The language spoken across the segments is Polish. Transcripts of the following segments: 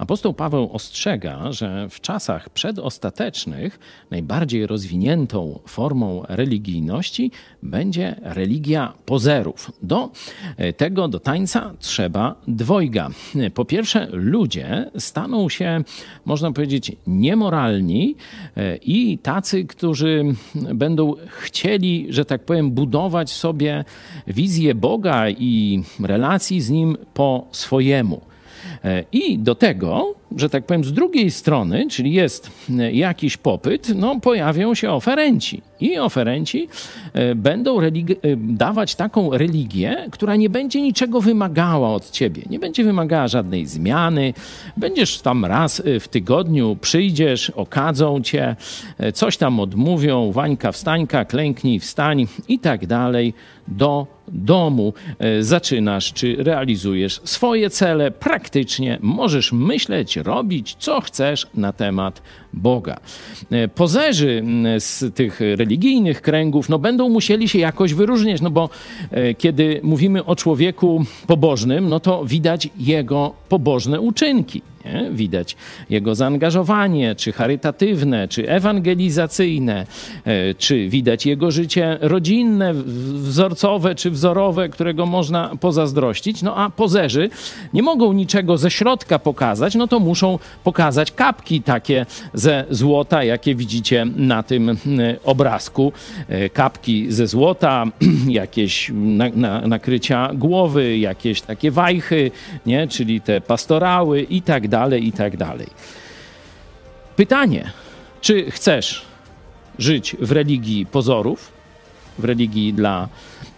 Apostoł Paweł ostrzega, że w czasach przedostatecznych najbardziej rozwiniętą formą religijności będzie religia pozerów. Do tańca trzeba dwojga. Po pierwsze, ludzie staną się, można powiedzieć, niemoralni i tacy, którzy będą chcieli, że tak powiem, budować sobie wizję Boga i relacji z Nim po swojemu. I do tego, że tak powiem, z drugiej strony, czyli jest jakiś popyt, pojawią się oferenci. I oferenci będą dawać taką religię, która nie będzie niczego wymagała od ciebie. Nie będzie wymagała żadnej zmiany. Będziesz tam raz w tygodniu, przyjdziesz, okadzą cię, coś tam odmówią, Wańka wstańka, klęknij, wstań i tak dalej. Do domu zaczynasz, czy realizujesz swoje cele. Praktycznie możesz myśleć, robić, co chcesz na temat Boga. Pozerzy z tych religijnych kręgów będą musieli się jakoś wyróżniać, bo kiedy mówimy o człowieku pobożnym, to widać jego pobożne uczynki. Nie? Widać jego zaangażowanie, czy charytatywne, czy ewangelizacyjne, czy widać jego życie rodzinne, wzorcowe, czy wzorowe, którego można pozazdrościć. A pozerzy nie mogą niczego ze środka pokazać, to muszą pokazać kapki takie ze złota, jakie widzicie na tym obrazku. Kapki ze złota, jakieś nakrycia głowy, jakieś takie wajchy, nie? Czyli te pastorały i tak dalej, i tak dalej. Pytanie, czy chcesz żyć w religii pozorów, w religii dla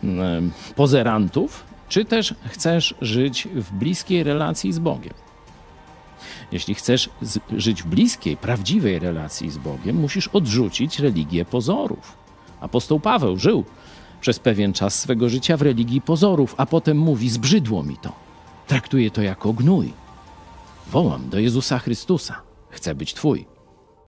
pozerantów, czy też chcesz żyć w bliskiej relacji z Bogiem? Jeśli chcesz żyć w bliskiej, prawdziwej relacji z Bogiem, musisz odrzucić religię pozorów. Apostoł Paweł żył przez pewien czas swego życia w religii pozorów, a potem mówi: zbrzydło mi to. Traktuję to jako gnój. Wołam do Jezusa Chrystusa. Chcę być Twój.